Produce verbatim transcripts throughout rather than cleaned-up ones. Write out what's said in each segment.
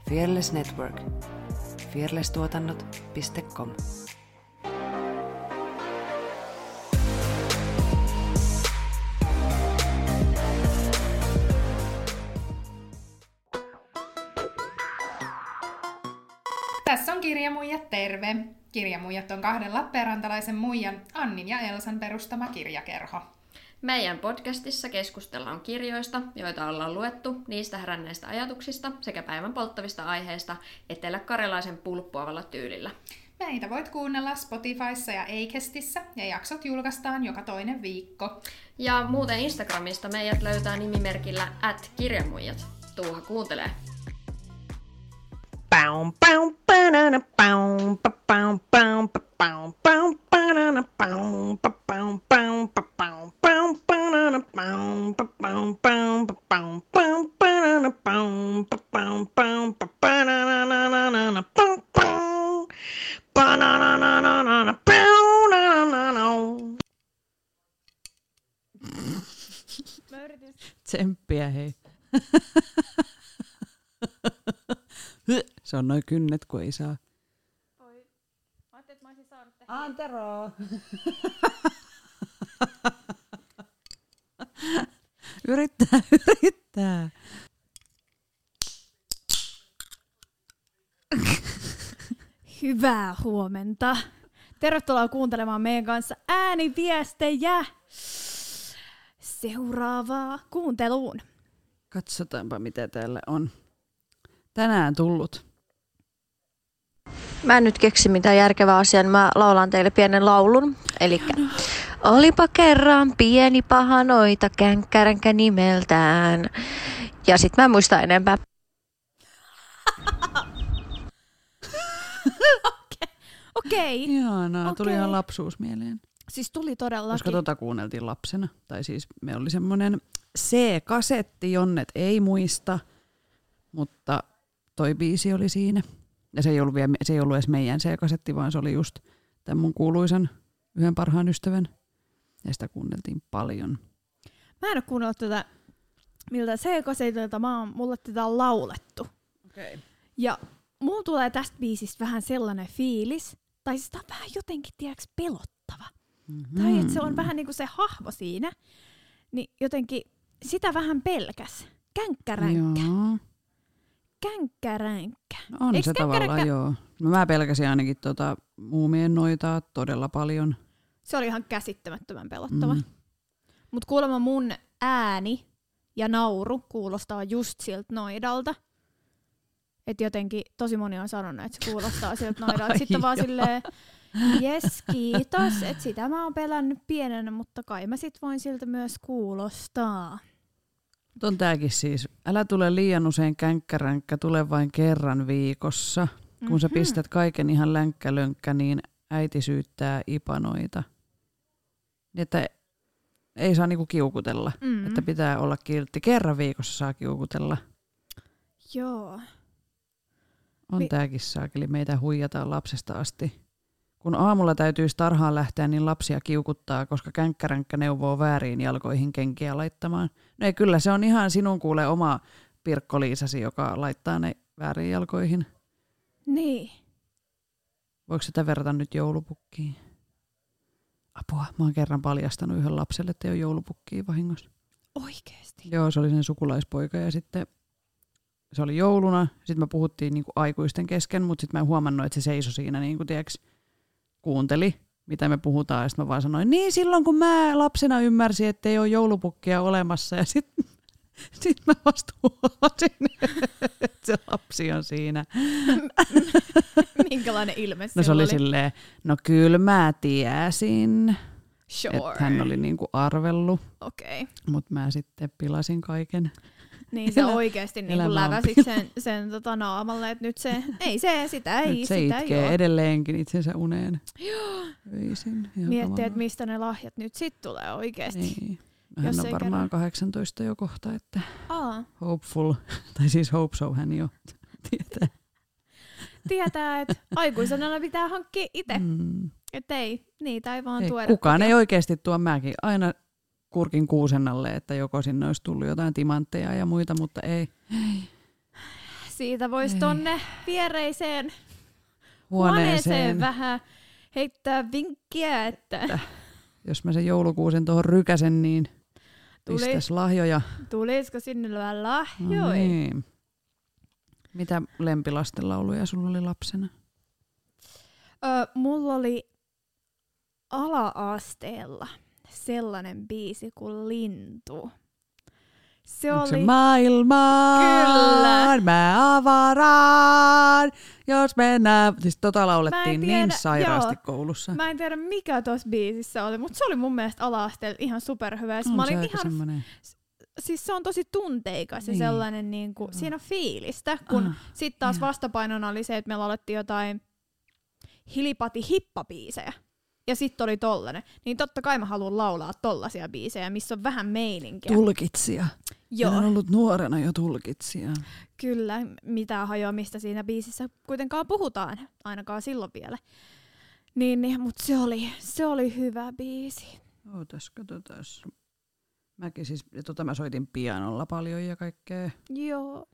Fearless Network. fearless tuotannot piste com. Tässä on Kirjamuijat, terve! Kirjamuijat on kahden lappeenrantalaisen muijan, Annin ja Elsan perustama kirjakerho. Meidän podcastissa keskustellaan kirjoista, joita ollaan luettu, niistä heränneistä ajatuksista sekä päivän polttavista aiheista eteläkarjalaisen pulppuavalla tyylillä. Meitä voit kuunnella Spotifyssa ja Acastissa ja jaksot julkaistaan joka toinen viikko. Ja muuten Instagramista meidät löytää nimimerkillä at kirjamuijat. Tuuha kuuntelee! Pow, pow, banana, pow, pow, pow, pow, pow, banana, pow, pow, pow, pow, pow, banana, pow, pow, pow, pow, pow, banana, pow, pow, pow, banana, na na na na, pow, pow, banana, na na na na, pow, na na na. Mä yritin. Tsemppiä hei. Se on noin kynnet, kun ei saa. Oi. Mä ajattelin, että mä olisin saanut tehdä. Antero! Yrittää, yrittää. Hyvää huomenta. Tervetuloa kuuntelemaan meidän kanssa ääniviestejä. Seuraavaa kuunteluun. Katsotaanpa, mitä täällä on tänään tullut. Mä en nyt keksi mitään järkevää asiaa, niin mä laulan teille pienen laulun. Elikkä olipa kerran pieni paha noita känkkäränkä nimeltään. Ja sit mä en muista enempää. Okei. Ihanaa, Okei. tuli ihan lapsuus mieleen. Siis tuli todellakin. Koska tota kuunneltiin lapsena. Tai siis me oli semmoinen C-kasetti, Jonnet ei muista, mutta toi biisi oli siinä. Ja se ei ollut, vielä, se ei ollut edes meidän C-kasetti, vaan se oli just tämän mun kuuluisan yhden parhaan ystävän. Ja sitä kuunneltiin paljon. Mä en ole kuunnellut tätä, miltä C-kasetilta mä oon, mulle tätä on laulettu. Okay. Ja mulla tulee tästä biisistä vähän sellainen fiilis, tai siis tää on vähän jotenkin, tiedäks, pelottava. Mm-hmm. Tai että se on vähän niinku se hahmo siinä, niin jotenkin sitä vähän pelkäs. Känkkäränkkä. Joo. Känkkäränkkä. On Eiks se tavallaan, joo. No mä pelkäsin ainakin tota muumien noitaa todella paljon. Se oli ihan käsittämättömän pelottava. Mm. Mut kuulemma mun ääni ja nauru kuulostaa just siltä noidalta. Et jotenkin tosi moni on sanonut, että se kuulostaa siltä noidalta. Sitten vaan silleen, jes kiitos, että sitä mä oon pelännyt pienenä, mutta kai mä sit voin siltä myös kuulostaa. Mut on tääkin siis, älä tule liian usein känkkäränkkä, tule vain kerran viikossa. Kun mm-hmm. sä pistät kaiken ihan länkkälönkkä, niin äiti syyttää ipanoita. Niin että ei saa niinku kiukutella, mm-hmm. että pitää olla kiltti. Kerran viikossa saa kiukutella. Joo. On Mi- tääkin saakeli, meitä huijataan lapsesta asti. Kun aamulla täytyisi tarhaan lähteä, niin lapsia kiukuttaa, koska känkkäränkkä neuvoo vääriin jalkoihin kenkiä laittamaan. No ei, kyllä se on ihan sinun kuule oma Pirkko-Liisasi, joka laittaa ne vääriin jalkoihin. Niin. Voiko sitä verrata nyt joulupukkiin? Apua, mä oon kerran paljastanut yhden lapselle, että ei ole joulupukkiin vahingossa. Oikeesti? Joo, se oli sen sukulaispoika ja sitten se oli jouluna. Sitten me puhuttiin niinku aikuisten kesken, mutta sitten mä en huomannut, että se seisoi siinä niinku, tiiäks, kuunteli, mitä me puhutaan. Ja sitten mä vaan sanoin, niin silloin kun mä lapsena ymmärsin, että ei ole joulupukkia olemassa. Ja sitten sit mä vasta huomasin, että se lapsi on siinä. Minkälainen ilme No se oli? oli silleen, no kyllä mä tiesin, Sure. että hän oli niinku arvellut. Okei. Okay. Mutta mä sitten pilasin kaiken. Niin se Elä- oikeesti niin elämä on läväsit sen, sen tota naamalle, että nyt se, ei se, sitä ei, Nyt se sitä itkee ei oo. edelleenkin itsensä uneen. Joo. Öisin. ihan Miettii, kamalaa. että mistä ne lahjat nyt sit tulee oikeesti. Niin. Jos Hän on ei varmaan kerran. kahdeksantoista jo kohta, että Aa, hopeful, tai siis hope so hän jo tietää. tietää, että aikuisena pitää hankkia itse. Mm. Että ei, niitä ei vaan Ei, tuoda. kukaan ei oikeasti tuo, mäkin aina kurkin kuusen alle, että joko sinne olisi tullut jotain timantteja ja muita, mutta ei. siitä voisi Ei. tonne viereiseen Huoneeseen. huoneeseen vähän heittää vinkkiä, että Että jos mä sen joulukuusen tuohon rykäsen, niin Tuli. pistäis lahjoja. tulisiko sinne vähän No lahjoja. niin. Mitä lempilastenlauluja sulla oli lapsena? Ö, mulla oli ala-asteella sellainen biisi kuin Lintu. Se Onko oli... se maailmaan, Kyllä. mä avaraan, jos mennään. Siis tota Mä laulettiin en niin tiedä, sairaasti joo. koulussa. Mä en tiedä mikä tuossa biisissä oli, mutta se oli mun mielestä ala-asteella ihan superhyvä. Ja sit On mä se olin aika ihan, semmonen. siis se on tosi tunteikas Niin. ja sellainen niinku, siinä on fiilistä. Kun Ah, sit taas ihan. vastapainona oli se, että me laulettiin jotain hilipati-hippabiisejä. Ja sitten oli tollanen. Niin totta kai mä haluan laulaa tollasia biisejä, missä on vähän meininkiä. Tulkitsija. Joo. Hän on ollut nuorena jo tulkitsija. Kyllä, mitä hajoamista siinä biisissä kuitenkaan puhutaan, ainakaan silloin vielä. Niin, niin mutta se oli, se oli hyvä biisi. Ootas, katsotaas. Mäkin siis, ja tota mä soitin pianolla paljon ja kaikkea. Joo.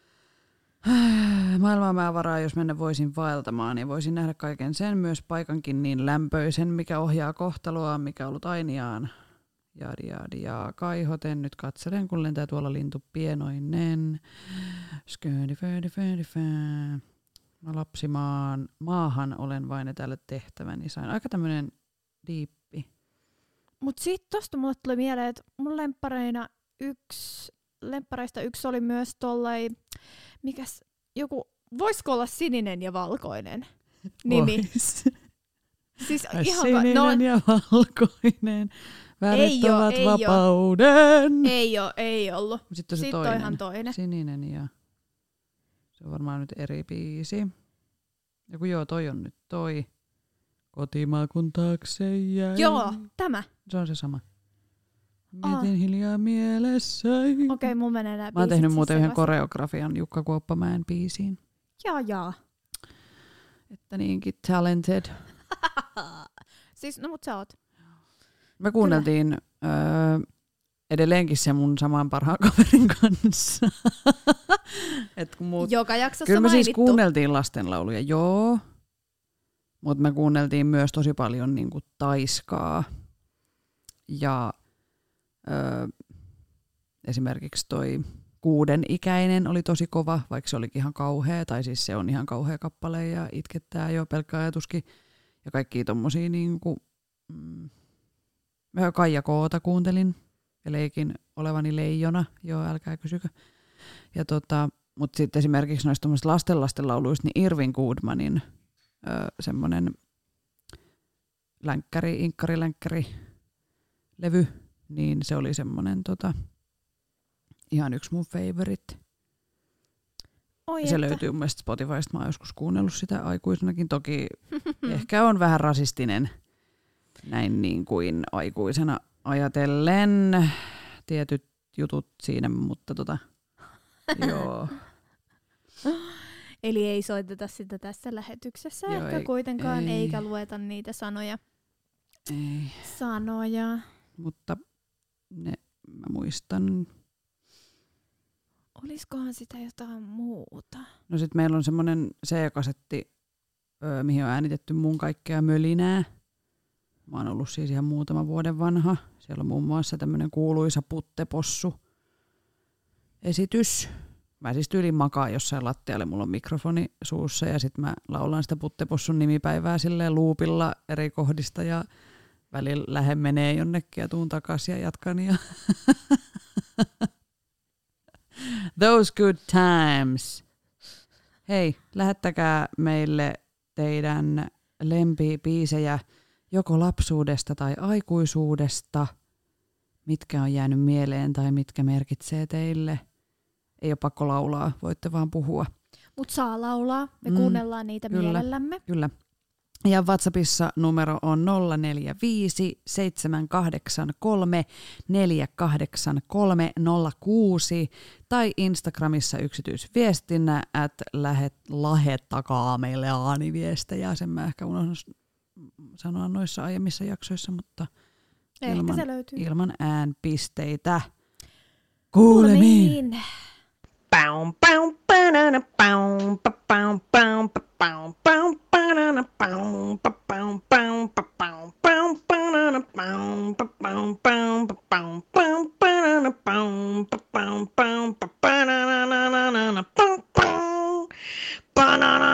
Maailmaa mä varaan, jos mennä voisin vaeltamaan, niin voisin nähdä kaiken sen, myös paikankin niin lämpöisen, mikä ohjaa kohtaloaan, mikä on ollut ainiaan. Jaadi, jaadi, jaa, kaihoten. Nyt katselen, kun lentää tuolla lintu pienoinen. Sködi, födi, födi, fö. Mä lapsimaan maahan olen vain ja tälle tehtäväni sain. Aika tämmönen diippi. Mut sit tosta mulle tuli mieleen, että mun lemppareina yksi, lemppareista yksi oli myös tollai, mikäs, joku, voisiko olla sininen ja valkoinen nimi? Vois. Siis Ai ihan, sininen no, ja valkoinen. Värit Ei oo, ovat ei oo. vapauden. ei oo, ei ollut. Sitten on se Sitten on toinen. ihan toinen. Sininen ja se on varmaan nyt eri biisi. Joku joo, toi on nyt toi. Kotimaa kun taakse jäi. Joo, tämä. Se on se sama. Aa. Mietin hiljaa mielessäni. Okei, okay, mun menee nää Mä oon biisit tehnyt siis muuten yhden sekaisin. koreografian Jukka Kuoppamäen biisiin. Jaa, jaa. Että niinkin talented. Siis, no mut sä oot. Me kuunneltiin öö, edelleenkin se mun saman parhaan kaverin kanssa. Et kun muut... Joka jaksossa Kyllä me mainittu. siis kuunneltiin lastenlauluja, joo. Mutta me kuunneltiin myös tosi paljon niinku taiskaa. Ja öö, esimerkiksi toi Kuuden ikäinen oli tosi kova, vaikka se olikin ihan kauhea. Tai siis se on ihan kauhea kappale ja itkettää jo pelkkä ajatuskin. Ja kaikkia tommosia niinku... Mm, Kaija Koota kuuntelin ja leikin olevani leijona. Joo, älkää kysykö. Ja tota, mutta sitten esimerkiksi noista lastenlastenlauluista, niin Irvin Goodmanin öö, semmoinen länkkäri, inkkari-länkkäri levy, niin se oli semmoinen tota, ihan yksi mun favorite. Oi, Ja se että. löytyy mun mielestä Spotifysta, mä oon joskus kuunnellut sitä aikuisenakin. Toki ehkä on vähän rasistinen näin niin kuin aikuisena ajatellen tietyt jutut siinä, mutta tota, joo. Eli ei soiteta sitä tässä lähetyksessä Joo, ehkä ei- kuitenkaan, ei. eikä lueta niitä sanoja. Ei. Sanoja. Mutta ne mä muistan. Olisikohan sitä jotain muuta? No sit meillä on semmonen C-kasetti, öö, mihin on äänitetty mun kaikkea mölinää. Mä oon ollut siis ihan muutaman vuoden vanha. Siellä on muun muassa tämmönen kuuluisa Puttepossu esitys. Mä siis tyylin makaan jossain lattialle, mulla on mikrofoni suussa ja sit mä laulan sitä Puttepossun nimipäivää silleen loopilla eri kohdista ja välillä lähde menee jonnekin ja tuun takaisin ja jatkan. Ja those good times. Hei, lähettäkää meille teidän lempibiisejä joko lapsuudesta tai aikuisuudesta, mitkä on jäänyt mieleen tai mitkä merkitsee teille. Ei ole pakko laulaa, voitte vaan puhua. Mut saa laulaa, me Mm, kuunnellaan niitä kyllä. mielellämme. Kyllä. Ja WhatsAppissa numero on nolla neljä viisi seitsemän kahdeksan kolme neljä kahdeksan kolme nolla kuusi tai Instagramissa yksityisviestinnä, että lähet, lähettakaa meille ääniviestejä. Sen mä ehkä unohdin sanoa noissa aiemmissa jaksoissa, mutta Ehkä ilman, se löytyy. ilman äänpisteitä. Kuulemiin! Kuulemiin. Pow, pow, banana, pow, pa, pow, pow, pa, pow, pow, banana, pow, pa, pow, pow, pa, pow, pow, banana, pow, pa, pow, pow, pa, pow, pow, banana, pow, pa, pow, pow, pa, banana, na, na, na, na, pow, pow, banana.